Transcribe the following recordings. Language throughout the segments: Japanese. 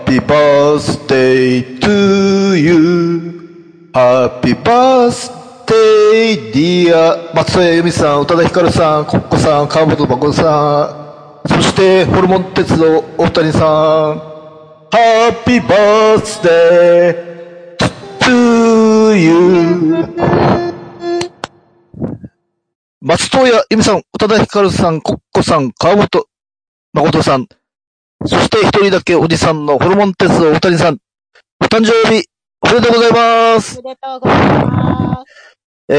Happy birthday to you. Happy birthday dear 松江由美さん、宇多田ヒカルさん、コッコさん、川本誠さん、そしてホルモン鉄道お二人さん。Happy birthday to you。松任谷由実さん、宇多田ヒカルさん、コッコさん、川本誠さん、そして一人だけおじさんのホルモン鉄道お二人さん、お誕生日おめでとうございます。 おめでとうございます。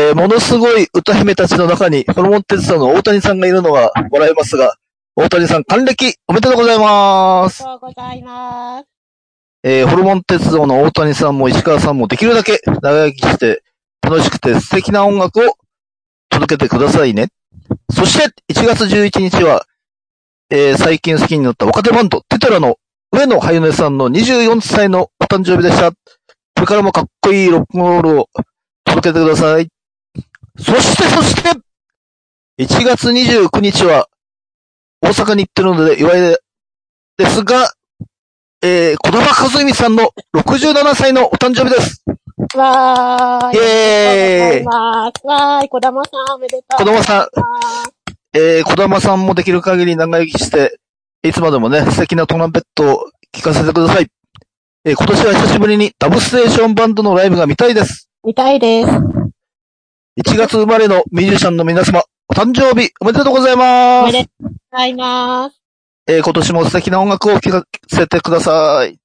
ものすごい歌姫たちの中にホルモン鉄道の大谷さんがいるのは笑いますが、大谷さん還暦おめでとうございます。 おめでとうございます。 ホルモン鉄道の大谷さんも石川さんもできるだけ長生きして楽しくて素敵な音楽を届けてくださいね。そして1月11日は、最近好きになった若手バンドテトラの上野羽根さんの24歳のお誕生日でした。これからもかっこいいロックンロールを届けてください。そして1月29日は大阪に行ってるので祝いですが、児玉和美さんの67歳のお誕生日です。 わーい。 イェーイ。 わーい、児玉さんおめでとう。 児玉さん。児玉さんもできる限り長生きして、いつまでもね、素敵なトランペットを聴かせてください。今年は久しぶりにダブステーションバンドのライブが見たいです。 見たいです。 1月生まれのミュージシャンの皆様、お誕生日おめでとうございます。 おめでとうございます。 今年も素敵な音楽を聴かせてください。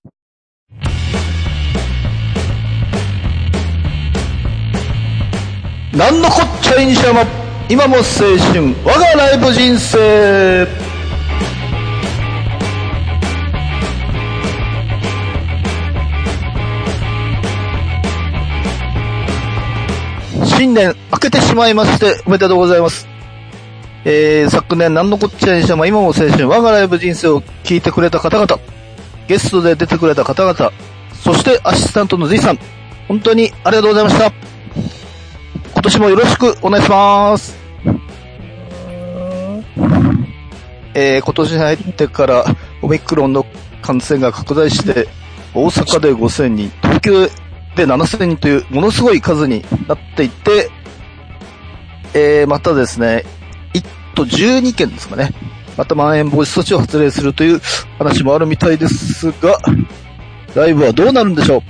なんのこっちゃいにしやま、今も青春、我がライブ人生。新年明けてしまいましておめでとうございます。昨年なんのこっちゃいにしやま、今も青春、我がライブ人生を聞いてくれた方々、ゲストで出てくれた方々、そしてアシスタントの Z さん、本当にありがとうございました。今年もよろしくお願いします。今年に入ってからオミクロンの感染が拡大して、大阪で5000人、東京で7000人というものすごい数になっていて、またですね、1都12県ですかね、またまん延防止措置を発令するという話もあるみたいですが、ライブはどうなるんでしょ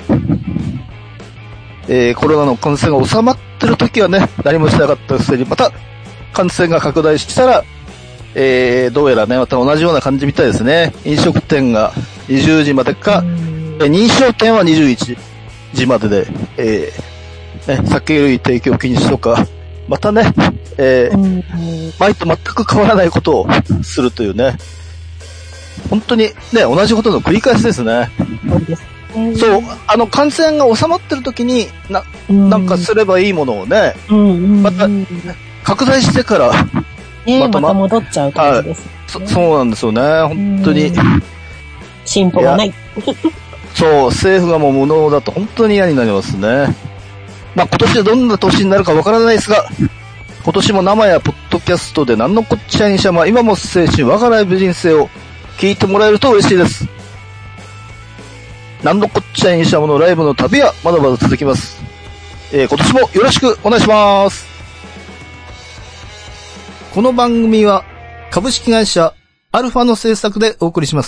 う。コロナの感染が収まってる時はね、何もしなかったくせに、また感染が拡大したら、どうやらね、また同じような感じみたいですね。飲食店が20時までか、認証店は21時までで、酒類提供禁止とか、またね、前と全く変わらないことをするというね、本当にね、同じことの繰り返しですね。そう、感染が収まってる時になんかすればいいものをね、また拡大してから、 また戻っちゃう感じです、 ね。そうなんですよね、本当に。 進歩がない。 そう、政府がもう無能だと本当に嫌になりますね。まあ今年はどんな年になるかわからないですが、今年も生やポッドキャストでなんのこっちゃいにしゃま、今も青春我がライブ人生を聞いてもらえると嬉しいです。なんのこっちゃいにしゃまのライブの旅はまだまだ続きます。今年もよろしくお願いします。この番組は株式会社アルファの制作でお送りします。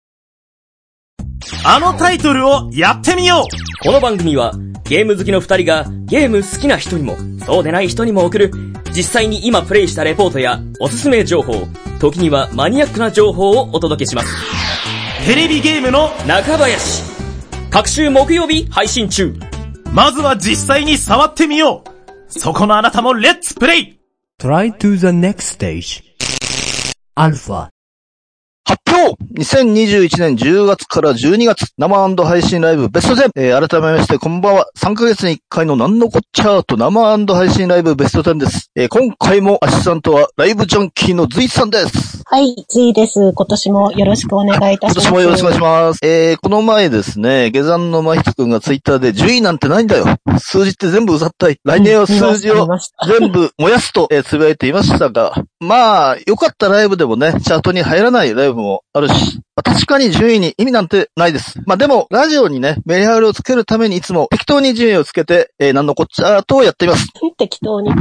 あのタイトルをやってみよう。 この番組はゲーム好きの二人がゲーム好きな人にもそうでない人にも送る実際に今プレイしたレポートやおすすめ情報、時にはマニアックな情報をお届けします。 テレビゲームの中林、各週木曜日配信中。 まずは実際に触ってみよう。そこのあなたもレッツプレイ。 Try to the next stage. アルファ発表 !2021 年10月から12月生&配信ライブベスト10、改めましてこんばんは。3ヶ月に1回のなんのこっチャート生&配信ライブベスト10です。今回もアシスタントはライブジャンキーのズイさんです。 はい、ズイです。今年もよろしくお願いいたします。 今年もよろしくお願いします。この前ですね、下山の真人くんがツイッターで10位なんてないんだよ。数字って全部うざったい。来年は数字を全部燃やすとつぶやいていましたが、まあ、良かったライブでもね、チャートに入らないライブもあるし、確かに順位に意味なんてないです。でも、ラジオにね、メリハリをつけるためにいつも適当に順位をつけて、なんのこっちゃーとやっています。 適当に。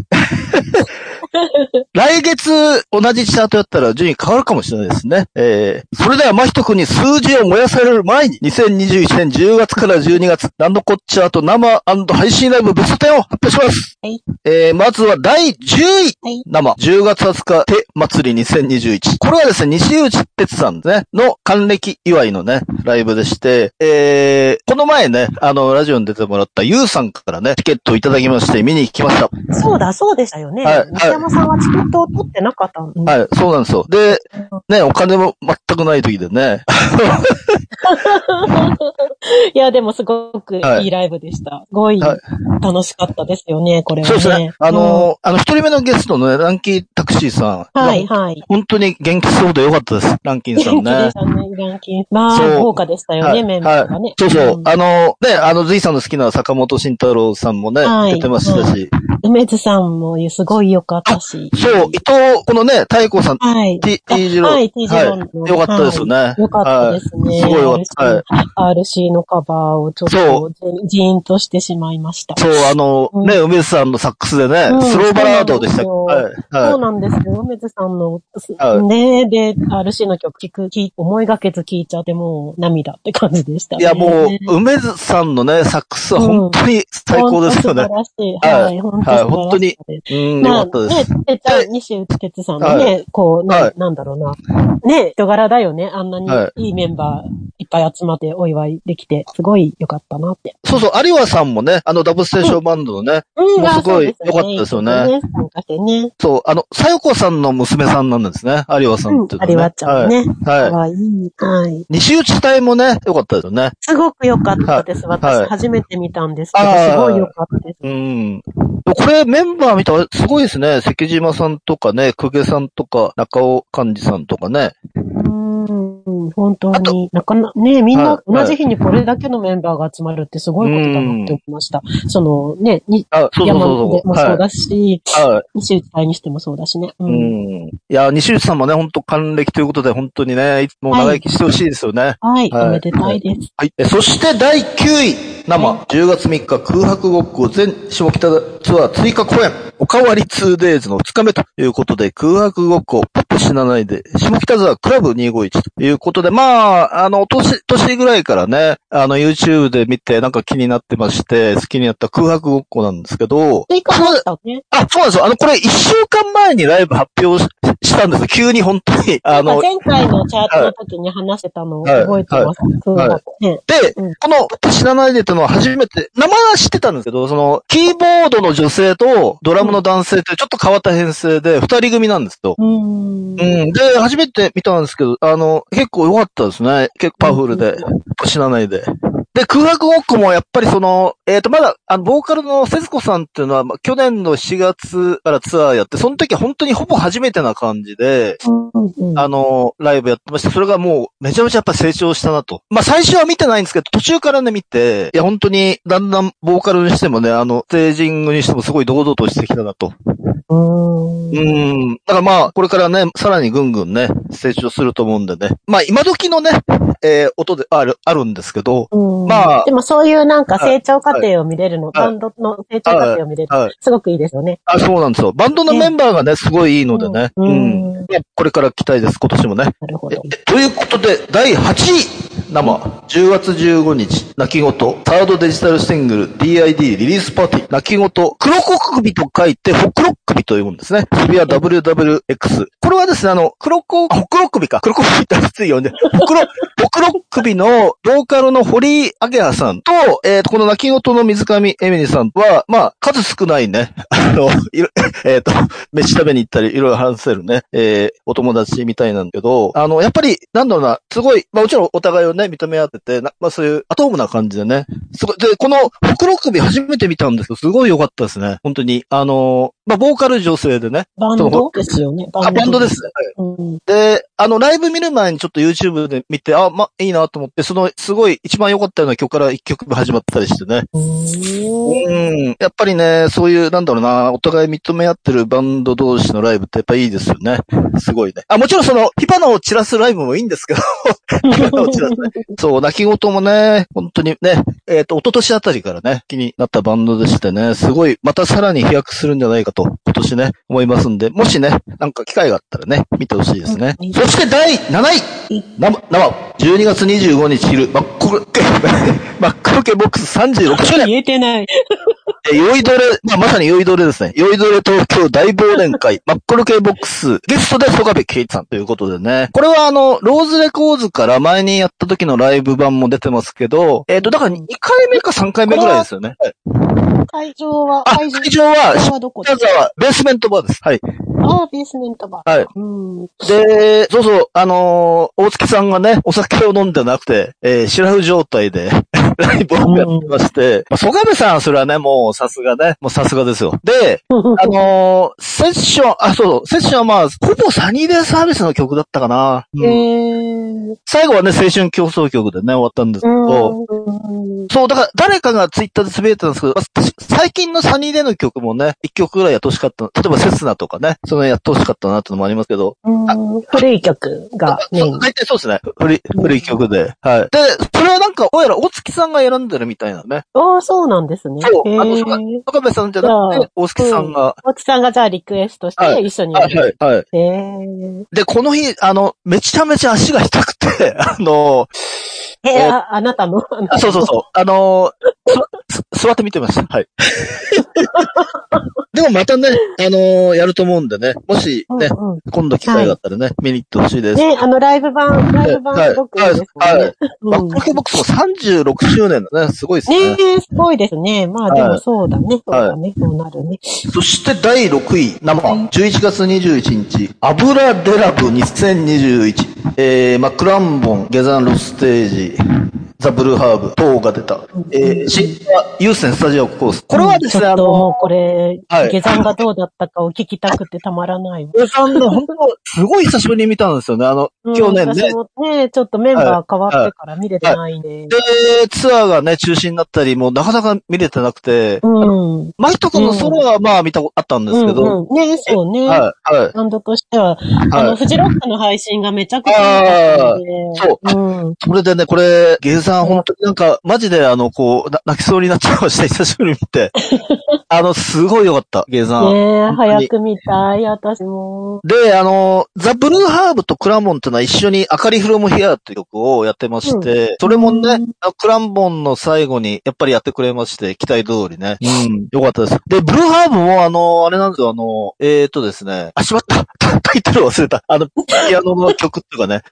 来月同じチャートやったら順位変わるかもしれないですね。それでは真人君に数字を燃やされる前に、2021年10月から12月、なんのこっちゃーと生&配信ライブベスト10を発表します。 はい。 まずは第10位、はい、生、10月20日、手祭り2021。これはですね、西内哲さんね、の還暦祝いのね、ライブでして、この前ね、ラジオに出てもらったゆうさんからね、チケットをいただきまして見に行きました。 そうでしたよね。はい。西山さんはチケットを取ってなかったんで。 はい、そうなんですよ。で、ね、お金も全くない時でね。 いや、でもすごくいいライブでした。すごい楽しかったですよね、これはね。 そうですね。一人目のゲストのね、ランキータクシーさん。 はい、はい。 本当に元気そうでよかったです。ランキーさんね。 元気でしたね、ランキー。豪華でしたよね、メンバーがね。 そうそう。ズイさんの好きな坂本慎太郎さんもね、出てましたし。 梅津さんもすごい良かったし。 そう、このね、太鼓さん、 はい。 T 字路。 はい、T 字路の。 良かったですよね。 良かったですね。 すごい良かった。 RC のカバーをちょっとジーンとしてしまいました。 そう、ね、梅津さんのサックスでね、スローバラードでしたっけ。 そうなんですよ。梅津さんの、ね、で、RC の曲思いがけず聴いちゃってもう涙って感じでしたね。 いや、もう、梅津さんのね、サックスは本当に最高ですよね。 素晴らしい。はい、 本当に。良かったです。 ね、西内哲さんのね、なんだろうな。ね、人柄だよね。あんなにいいメンバーいっぱい集まってお祝いできて、すごい良かったなって。 そうそう、有和さんもね、ダブステーションバンドのね、もうすごい良かったですよね。 参加してね。 そう、さよこさんの娘さんなんですね。有和さんっていうのね。 有和ちゃんね。 はい。 かわいい。はい。 西内隊もね、良かったですよね。 すごく良かったです。私初めて見たんですけど、すごい良かったです。 これメンバー見たらすごいですね。関島さんとかね、久下さんとか、中尾寛治さんとかね。 本当に。ね、みんな同じ日にこれだけのメンバーが集まるってすごいことだなって思いました。そのね、山でもそうだし、西内隊にしてもそうだしね。 いや、西内さんもね、本当還暦ということで、本当にね、もう長生きしてほしいですよね。 はい、おめでたいです。 はい。そして第9位、生、10月3日空白ごっこ全下北ツアー追加公演、おかわり 2days の2日目ということで、空白ごっこ、ポップ死なないで、下北沢クラブ251ということで、年ぐらいからね、YouTube で見てなんか気になってまして、好きになった空白ごっこなんですけど、 追加ましたね。 そうなんですよ。これ1週間前にライブ発表したんですよ。急に本当に。 前回のチャートの時に話してたのを覚えてます。 で、この知らないでっていうのは初めて、名前は知ってたんですけど、その、キーボードの女性とドラムの男性というちょっと変わった編成で、二人組なんですよ。で、初めて見たんですけど、結構良かったですね。結構パワフルで、知らないで。で、空白ごっこもやっぱりその、まだ、ボーカルの節子さんっていうのは、去年の4月からツアーやって、その時は本当にほぼ初めてな感じで、ライブやってました。それがもう、めちゃめちゃやっぱ成長したなと。最初は見てないんですけど、途中からね見て、いや本当に、だんだんボーカルにしてもね、ステージングにしてもすごい堂々としてきたなと。だからこれからね、さらにぐんぐんね、成長すると思うんでね。今時のね、音であるんですけど、 でもそういうなんか成長過程を見れるの、バンドの成長過程を見れる、すごくいいですよね。 そうなんですよ。バンドのメンバーがね、すごいいいのでね。これから期待です、今年もね。 なるほど。 ということで、第8位。生、10月15日、泣き言、サードデジタルシングル DID リリースパーティー、泣き言、黒子首と書いて、ほくろ首と読むんですね。渋谷 WWX。これはですね、ほくろ首か。黒子首ってつい読んで、ほくろ首のボーカルの堀井明葉さんと、この泣き言の水上エミリさんは、数少ないね、飯食べに行ったり、いろいろ話せるね、お友達みたいなんだけど、やっぱり、なんだろうな、すごい、もちろんお互いをね、認め合ってて、そういうアトームな感じでね。すごい、で、この、ほくろ首初めて見たんですけど、すごい良かったですね。本当に。 まあ、ボーカル女性でね。 バンドですよね。 バンドですね。はい。で、ライブ見る前にちょっと YouTube で見て、いいなと思って、すごい一番良かったような曲から一曲目始まったりしてね。やっぱりね、そういう、なんだろうな、お互い認め合ってるバンド同士のライブってやっぱいいですよね。すごいね。もちろん火花を散らすライブもいいんですけど、火花を散らすね。そう、泣き言もね、本当にね、一昨年あたりからね、気になったバンドでしてね、すごい、またさらに飛躍するんじゃないかと、今年ね、思いますんで、もしね、なんか機会があったらね、見てほしいですね。そして第7位生、12月25日昼、マックロケボックス36周年。 言えてない。 酔いどれ、まさに酔いどれですね。酔いどれ東京大忘年会、マックロケボックス、ゲストで曽我部圭一さんということでね。これはローズレコーズから前にやった時のライブ版も出てますけど、だから2回目か3回目ぐらいですよね。 会場はどこですか？ベースメントバーです。はい。 ベースメントバー。 はい。で、そうそう、大月さんがね、お酒を飲んでなくて、シラフ状態で、ライブをやってまして、曽我部さん、それはね、もうさすがね、もうさすがですよ。で、セッションはまあ、ほぼサニーデイサービスの曲だったかな。最後はね、青春競争曲でね、終わったんですけど、そう、だから誰かがツイッターでつぶやいてたんですけど、最近のサニーデイの曲もね、1曲ぐらいやってほしかった。例えばセスナとかね、そのやってほしかったなってのもありますけど。 古い曲がメイン。 大体そうですね。古い曲で。はい。で、それはなんか、どうやら大月さんが選んでるみたいなね。 そうなんですね。 そう。曽我部さんじゃなくて、大月さんが。 大月さんがじゃあリクエストして一緒にやる。 はい。で、この日、めちゃめちゃ足が痛くて、 あなたのそう。座って見てました。はい。でもまたね、やると思うんでね、もしね、今度機会があったらね、見に行ってほしいです。 ね、ライブ版すごくいいですね。 はい。マックロケボックスも36周年だね、すごいですね。 ね、すごいですね。まあでもそうだね、そうなるね。 そして第6位、生、11月21日、アブラデラブ2021、マクランボン、ゲザンロステージ、ザ・ブルーハーブ等が出た、新有線スタジオコース。これはですね、 もうこれ、下山がどうだったかを聞きたくてたまらない。 下山ね、本当すごい久しぶりに見たんですよね。去年ね。 私もね、ちょっとメンバー変わってから見れてないんで。 で、ツアーがね、中止になったり、もうなかなか見れてなくて、マイト君のソロはまあ見たことあったんですけど。 ね、そうね。バンドとしては、フジロックの配信がめちゃくちゃ良かったので。 そう。それでね、これ、下山本当になんか、マジで泣きそうになっちゃいました、久しぶりに見て。すごい良かった、下山。 ね、早く見たい、私も。 で、ザ・ブルーハーブとクランボンってのは一緒にアカリフロムヒアっていう曲をやってまして、それもね、クランボンの最後にやっぱりやってくれまして、期待通りね。良かったです。で、ブルーハーブもあれなんですよ、ですね、しまった。タイトル忘れた。ピアノの曲っていうかね。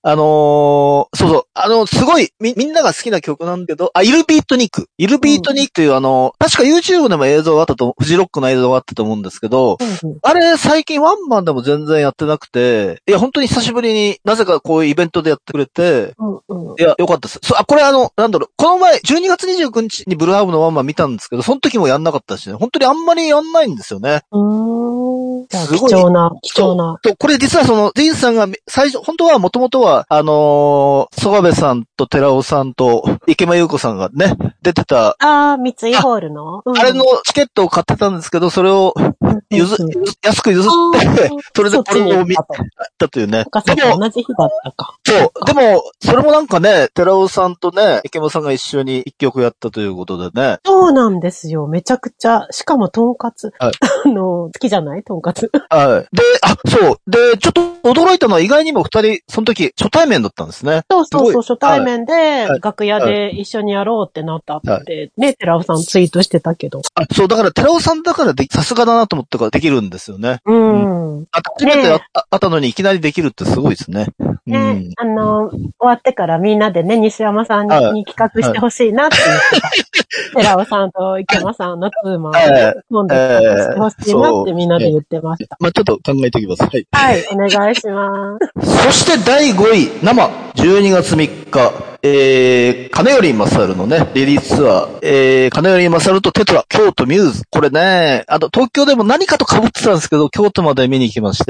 すごい、みんなが好きな曲なんだけど、イルビートニック。イルビートニックという確か YouTube でも映像があったフジロックの映像があったと思うんですけど、あれ最近ワンマンでも全然やってなくて、いや、本当に久しぶりになぜかこういうイベントでやってくれて、いや、よかったです。これこの前、12月29日にブルーハーブのワンマン見たんですけど、その時もやんなかったしね、本当にあんまりやんないんですよね。 すごい。貴重な。 そう、これ実はディーンさんが本当は元々は、曽我部さんと寺尾さんと池間優子さんがね、出てた。 三井ホールの、 あれのチケットを買ってたんですけど、それを安く譲って、それでこれを見たというね。 でも、同じ日だったか。 そう。でも、それもなんかね、寺尾さんとね、池間さんが一緒に一曲やったということでね。 そうなんですよ。めちゃくちゃ、しかもトンカツ。好きじゃないトンカツ。 はい。で、そう。で、ちょっと驚いたのは意外にも二人、その時初対面だったんですね。 そう、初対面で、楽屋で一緒にやろうってなったって、ね、寺尾さんツイートしてたけど。 そう、だから寺尾さんだからさすがだなと思ったからできるんですよね。初めて会ったのにいきなりできるってすごいですね。 ね、終わってからみんなでね、西山さんに企画してほしいなって言ってた。寺尾さんと池間さんのツーマンを今度企画してほしいなってみんなで言ってました。 まあちょっと考えておきます。はい。 はい、お願いします。 そして第5位、生、12月3日、 金頼勝のね、リリースツアー、金頼勝とテトラ、京都ミューズ。これね、あと東京でも何かと被ってたんですけど、京都まで見に行きまして、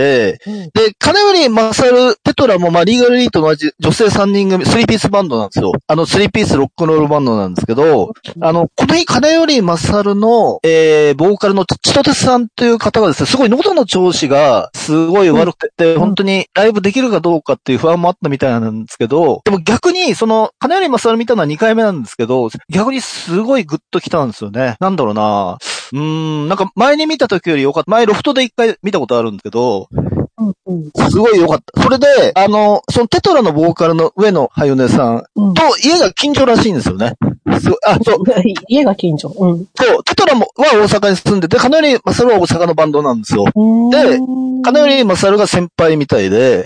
で、金頼勝、テトラもリーガルリーと同じ女性3人組、3ピースバンドなんですよ。3ピースロックンロールバンドなんですけど、この日金頼勝の、ボーカルの千とてさんという方がですね、すごい喉の調子がすごい悪くて、本当にライブできるかどうかっていう不安もあったみたいなんですけど、でも逆に、金頼勝見たのは2回目なんですけど、逆にすごいグッときたんですよね。なんだろうな。なんか前に見た時より良かった。前ロフトで1回見たことあるんですけど、すごい良かった。それで、そのテトラのボーカルの上野羽根さんと家が近所らしいんですよね。そう。 家が近所。そう。 テトラは大阪に住んでて、金頼勝は大阪のバンドなんですよ。で、金頼勝が先輩みたいで、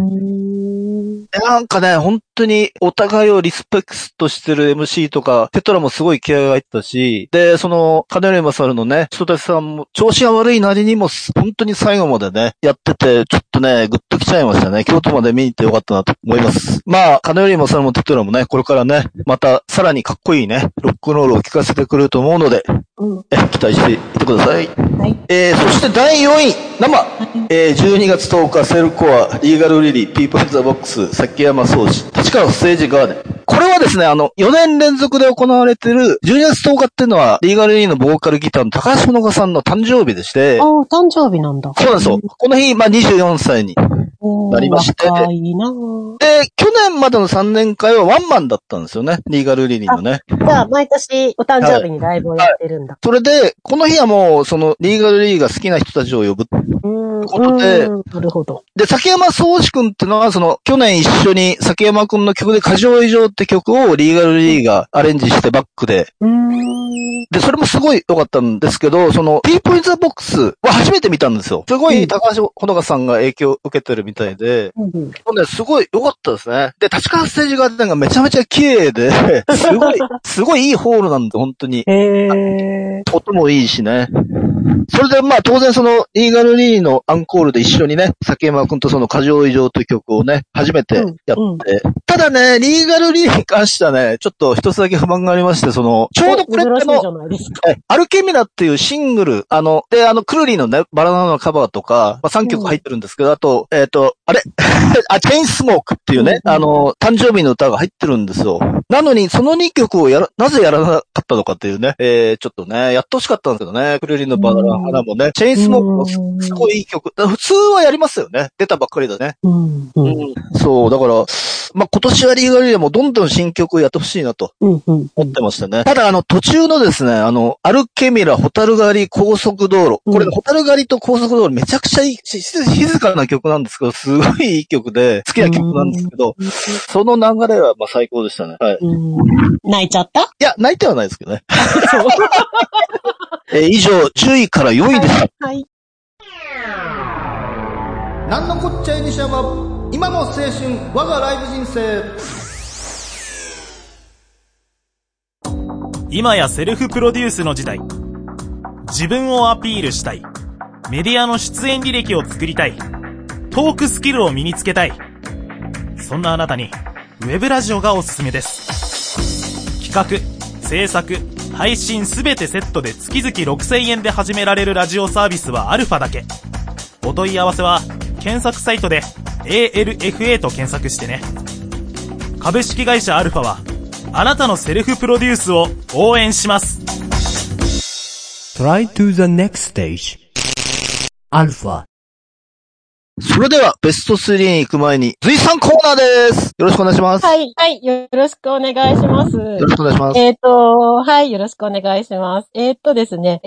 なんかね、本当にお互いをリスペクトしてる MC とか、テトラもすごい気合が入ったし、で、金頼勝のね、千とてさんも調子が悪いなりにも、本当に最後までね、やってて、ちょっとね、グッと来ちゃいましたね。京都まで見に行ってよかったなと思います。金頼勝もテトラもね、これからね、またさらにかっこいいね、ロックンロールを聴かせてくれると思うので、期待していてください。はい。そして第4位、生、12月10日、セルコア、リーガルリリー、ピープルザボックス、崎山壮司、立川ステージガーデン。これはですね、4年連続で行われている、12月10日っていうのは、リーガルリリーのボーカルギターの高橋ほのかさんの誕生日でして、 誕生日なんだ。 そうなんですよ。この日、24歳になりまして、 若いなで、去年までの3年間はワンマンだったんですよね、リーガルリリーのね。 じゃあ、毎年お誕生日にライブをやってるんだ。 それで、この日はもう、リーガルリリーが好きな人たちを呼ぶ。ことで、 なるほど。 で、崎山壮司くんってのは、去年一緒に崎山くんの曲で過剰異常って曲をリーガルリーがアレンジしてバックで。で、それもすごい良かったんですけど、ピープインザボックスは初めて見たんですよ。すごい高橋ほのかさんが影響を受けてるみたいで、すごい良かったですね。で、立川ステージガーデンがめちゃめちゃ綺麗で、すごいいいホールなんで、本当に。音もいいしね。それで当然リーガルリーのアンコールで一緒にね、崎山くんと過剰異常という曲をね、初めてやって。ただね、リーガルリーに関してはね、ちょっと一つだけ不満がありまして、ちょうどこれってアルケミラっていうシングル、クルリーのね、バラナのカバーとか、3曲入ってるんですけど、あと、あれチェインスモークっていうね、誕生日の歌が入ってるんですよ。なのに、その2曲をなぜやらなかったのかっていうね、ちょっとね、やってほしかったんですけどね、クルリーのバラナ花もね、チェインスモークもすごいいい曲。普通はやりますよね。出たばっかりだね。そう、だから、今年はリーガルリーもどんどん新曲をやってほしいなと思ってましたね。ただ途中のですね、アルケミラ、ホタル狩り高速道路。これ、ホタル狩りと高速道路めちゃくちゃいい、静かな曲なんですけど、すごいいい曲で、好きな曲なんですけど、その流れは最高でしたね。はい。 泣いちゃった？いや、泣いてはないですけどね。以上、10位から4位でした。はい。なんのこっちゃいにしゃば、今の青春、我がライブ人生。 今やセルフプロデュースの時代。自分をアピールしたい。メディアの出演履歴を作りたい。トークスキルを身につけたい。そんなあなたに、ウェブラジオがおすすめです。企画、制作、配信すべてセットで月々6000円で始められるラジオサービスはアルファだけ。お問い合わせは検索サイトで ALFA と検索してね。株式会社アルファはあなたのセルフプロデュースを応援します。 Try to the next stage アルファ。 それでは、ベスト3に行く前に、随さんコーナーです。よろしくお願いします。 はい、はい、よろしくお願いします。よろしくお願いします。 はい、よろしくお願いします。ですね、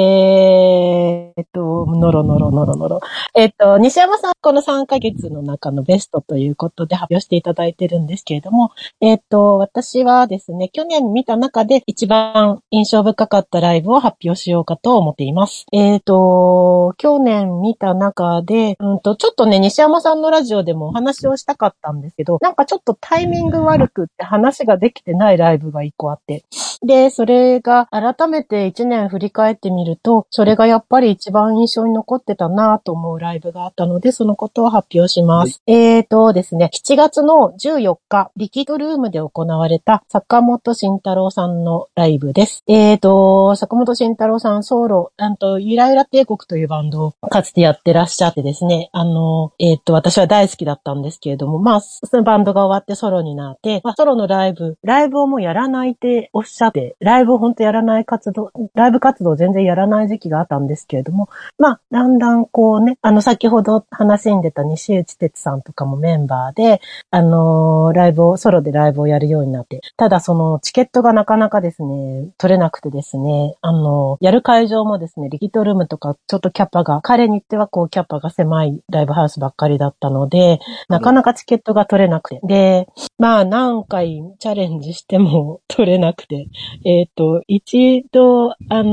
のろ。西山さん、この3ヶ月の中のベストということで発表していただいてるんですけれども、私はですね、去年見た中で一番印象深かったライブを発表しようかと思っています。去年見た中で、 ちょっとね、西山さんのラジオでもお話をしたかったんですけど、なんかちょっとタイミング悪くって話ができてないライブが一個あって。で、それが改めて1年振り返ってみると、それがやっぱり一番印象に残ってたなと思うライブがあったので、そのことを発表します。はい、ですね、7月の14日、リキッドルームで行われた坂本慎太郎さんのライブです。坂本慎太郎さんソロ、ゆらゆら帝国というバンドをかつてやってらっしゃってですね、私は大好きだったんですけれども、まあ、そのバンドが終わってソロになって、まあ、ソロのライブをもうやらないっておっしゃって、ライブを本当やらないライブ活動を全然やらない時期があったんですけれども、まあ、だんだんこうね、先ほど話に出た西内哲さんとかもメンバーで、ソロでライブをやるようになって、ただそのチケットがなかなかですね、取れなくてですね、やる会場もですね、リキッドルームとかちょっと彼に言ってはこうキャパが狭いライブハウスばっかりだったので、なかなかチケットが取れなくて。で、まあ何回チャレンジしても取れなくて、一度、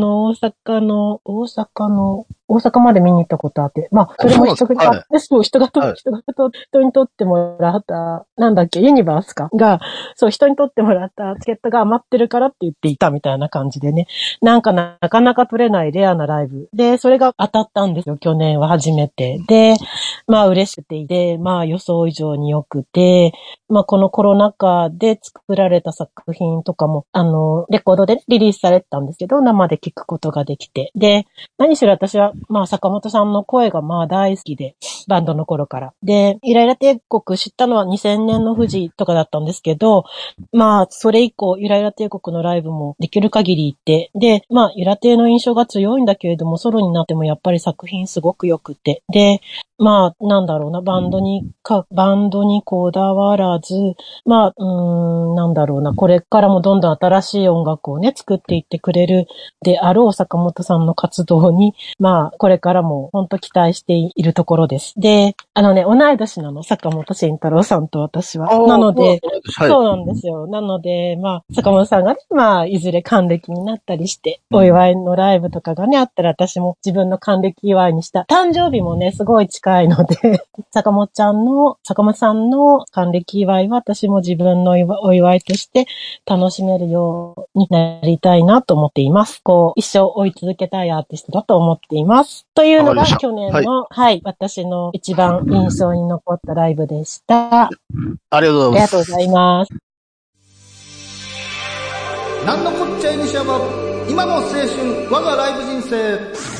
大阪まで見に行ったことあって、まあ、それも人に取ってもらった、ユニバースかが、そう、人に取ってもらったチケットが余ってるからって言っていたみたいな感じでね、なかなか取れないレアなライブ。で、それが当たったんですよ、去年は初めて。で、まあ嬉しくていて、まあ予想以上に良くて、まあこのコロナ禍で作られた作品とかも、レコードでリリースされてたんですけど、生で聴くことができて。で、何しろ私は、まあ坂本さんの声がまあ大好きで、バンドの頃から。で、イライラ帝国知ったのは2000年の富士とかだったんですけど、まあそれ以降、イライラ帝国のライブもできる限り行って、で、まあイラ帝の印象が強いんだけれども、ソロになってもやっぱり作品すごく良くて。で、まあ、バンドにこだわらず、まあ、これからもどんどん新しい音楽をね、作っていってくれるであろう坂本さんの活動に、まあ、これからも本当期待しているところです。で、同い年なの、坂本慎太郎さんと私は。なので、はい、そうなんですよ。なので、まあ、坂本さんがね、まあ、いずれ還暦になったりして、お祝いのライブとかがね、あったら私も自分の還暦祝いにした。誕生日もね、すごい近いので、坂本さんの還暦祝いは私も自分のお祝いとして楽しめるようになりたいなと思っています。こう、一生追い続けたいアーティストだと思っています。というのが去年の、はい、私の一番印象に残ったライブでした。 ありがとうございます。 ありがとうございます。 なんのこっちゃい西山、今の青春、我がライブ人生。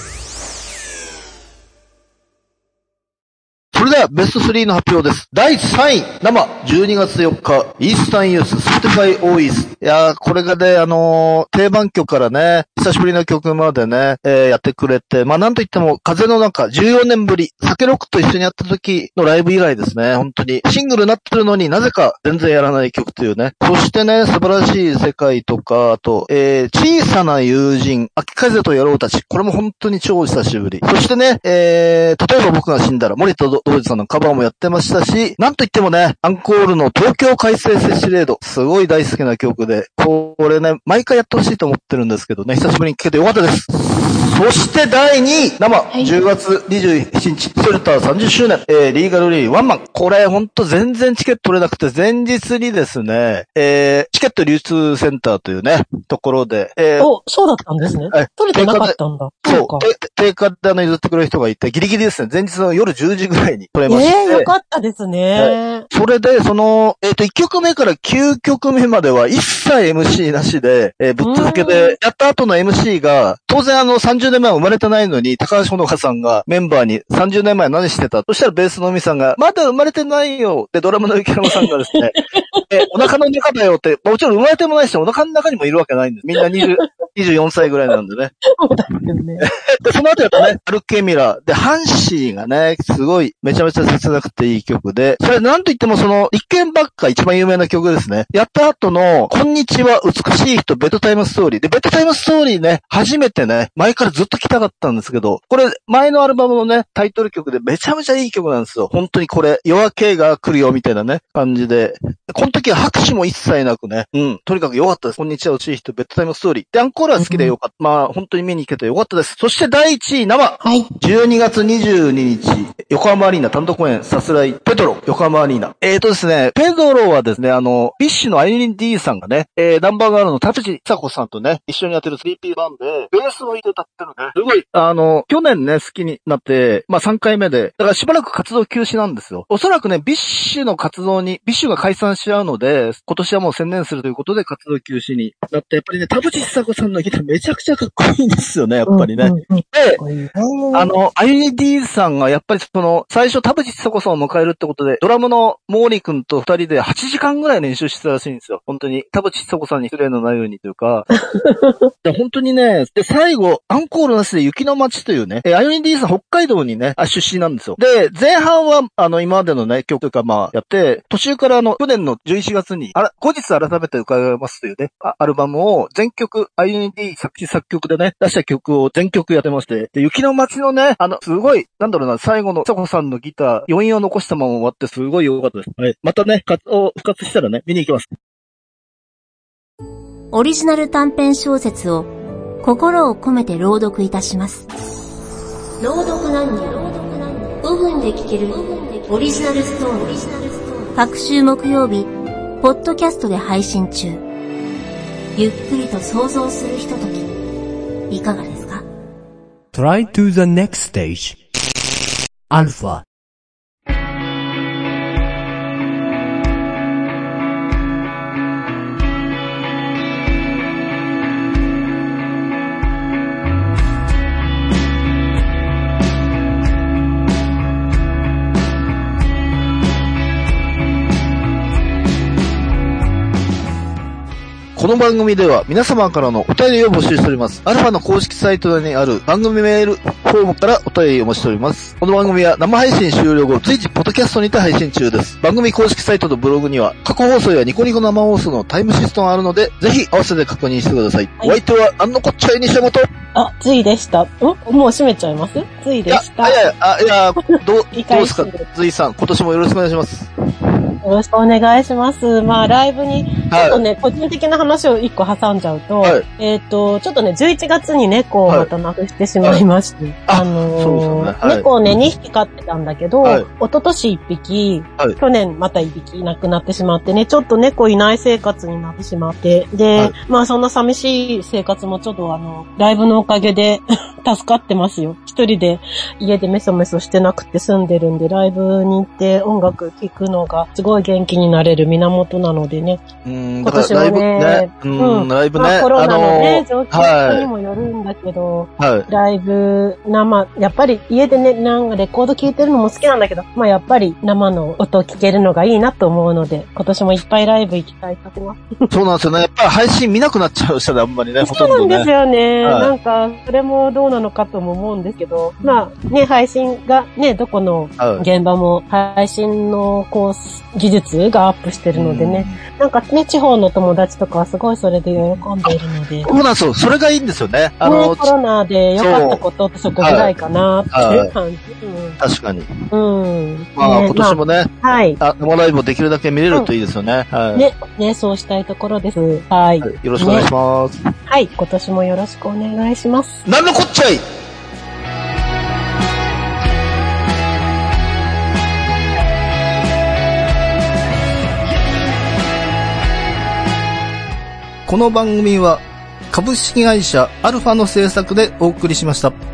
それではベスト3の発表です。第3位、生、12月4日、イースタンユース、Spotify Always。いやー、これがね、定番曲からね、久しぶりの曲までね、やってくれて、まあなんといっても、風の中、14年ぶり、酒ロックと一緒にやった時のライブ以来ですね、本当に。シングルになってるのになぜか全然やらない曲というね。そしてね、素晴らしい世界とか、あと、小さな友人、秋風と野郎たち。これも本当に超久しぶり。そしてね、例えば僕が死んだら、森田道治さんのカバーもやってましたし、なんといってもね、アンコールの東京改正セシレード。すごい大好きな曲で、これね、毎回やってほしいと思ってるんですけどね、久しぶりに聴けてよかったです。そして第2位、生、10月27日、ソルター30周年、リーガルリーワンマン。これほんと全然チケット取れなくて、前日にですね、チケット流通センターというね、ところで、 そうだったんですね。取れてなかったんだ。 そう、定価で譲ってくれる人がいて、ギリギリですね、前日の夜10時ぐらいに取れまして。 よかったですね。 それで、1曲目から9曲目までは一切 MC なしで、ぶっ続けで、やった後の MC が、当然30年前は生まれてないのに、高橋ほのかさんがメンバーに30年前何してた？そしたらベースのみさんが、まだ生まれてないよ。で、ドラムの池山さんがですね、お腹の中だよって、もちろん生まれてもないし、お腹の中にもいるわけないんです。みんな24歳ぐらいなんでね。 そうだよね。 で、その後やっぱね、アルケミラで、ハンシーがね、すごい、めちゃめちゃ切なくていい曲で、それなんといっても立憲ばっか一番有名な曲ですね。やった後の、こんにちは、美しい人、ベッドタイムストーリー。で、ベッドタイムストーリーね、初めてね、前からずっと来たかったんですけど、これ、前のアルバムのね、タイトル曲でめちゃめちゃいい曲なんですよ。本当にこれ、夜明けが来るよ、みたいなね、感じで。この時時は拍手も一切なくね。とにかく良かったです。こんにちは、うちい人、ベッドタイムストーリー。で、アンコールは好きで良かった。まあ、本当に見に行けて良かったです。そして第1位、生。 はい。 12月22日、横浜アリーナ単独公演、さすらい、ペドロ、横浜アリーナ。ですね、ペドロはですね、ビッシュのアイリン D さんがね、ナンバーガールの田淵久子さんとね、一緒にやってる 3P バンドで、ベースを弾いて歌ってるね。すごい、去年ね、好きになって、まあ3回目で、だからしばらく活動休止なんですよ。おそらくね、ビッシュの活動に、ビッシュが解散しちゃうので、今年はもう専念するということで活動休止になって、やっぱりね、田淵久子さんのギターめちゃくちゃかっこいいんですよね、やっぱりね。で、アイリン D さんがやっぱり最初田淵久子さんを迎えるってことで、ドラムの毛利くんと二人で8時間ぐらい練習してたらしいんですよ。本当に。田淵久子さんに失礼のないようにというか。で本当にね、で、最後、アンコールなしで雪の街というね、アイリン D さん北海道にね、出身なんですよ。で、前半は、今までのね、曲というかまあ、やって、途中から去年の11月に、後日改めて伺いますというね、アルバムを全曲、アイリン D 作詞作曲でね、出した曲を全曲やってまして、で、雪の街のね、すごい、なんだろうな、最後の久子さんのギター、余韻を残したまま終わって、すごい良かったです。はい。またね、復活したらね、見に行きます。 オリジナル短編小説を心を込めて朗読いたします。朗読何人5分で聞けるオリジナルストーリー。各週木曜日、ポッドキャストで配信中。ゆっくりと想像するひととき、いかがですか？ Try to the next stage. Alpha. この番組では皆様からのお便りを募集しております。アルファの公式サイトにある番組メールフォームからお便りをお待ちしております。この番組は生配信終了後、随時ポッドキャストにて配信中です。番組公式サイトとブログには過去放送やニコニコ生放送のタイムシステムがあるので、ぜひ合わせて確認してください。はい、お相手はなんのこっちゃい西本。 ついでした。もう閉めちゃいます？ついでした。 いや、どうですか、ずいさん、今年もよろしくお願いします。 よろしくお願いします。まあ、ライブに、ちょっとね、個人的な話を一個挟んじゃうと、ちょっとね、11月に猫をまた亡くしてしまいまして、猫をね、2匹飼ってたんだけど、一昨年1匹、去年また1匹亡くなってしまってね、ちょっと猫いない生活になってしまって、で、まあ、そんな寂しい生活もちょっとライブのおかげで助かってますよ。一人で家でメソメソしてなくて済んでるんで、ライブに行って音楽聴くのがすごい元気になれる源なのでね。今年はね、 ライブね、 コロナのね、状況にもよるんだけど、ライブ、やっぱり家でね、なんかレコード聴いてるのも好きなんだけど、まあやっぱり生の音を聴けるのがいいなと思うので、今年もいっぱいライブ行きたいと思います。 そうなんですよね。やっぱり配信見なくなっちゃう人であんまりね、ほとんどね。 そうなんですよね。なんか、それもどうなのかとも思うんですけど、まあね、配信がね、どこの現場も配信の技術がアップしてるのでね、なんかね、地方の友達とかはすごいそれで喜んでいるので。 そうなんですよ。それがいいんですよね。 コロナで良かったことってそこぐらいかなっていう感じ。 確かに。まあ今年もね、生ライブをできるだけ見れるといいですよね。 ね、そうしたいところです。はい。 よろしくお願いします。 はい、今年もよろしくお願いします。 なんのこっちゃい。この番組は株式会社アルファの制作でお送りしました。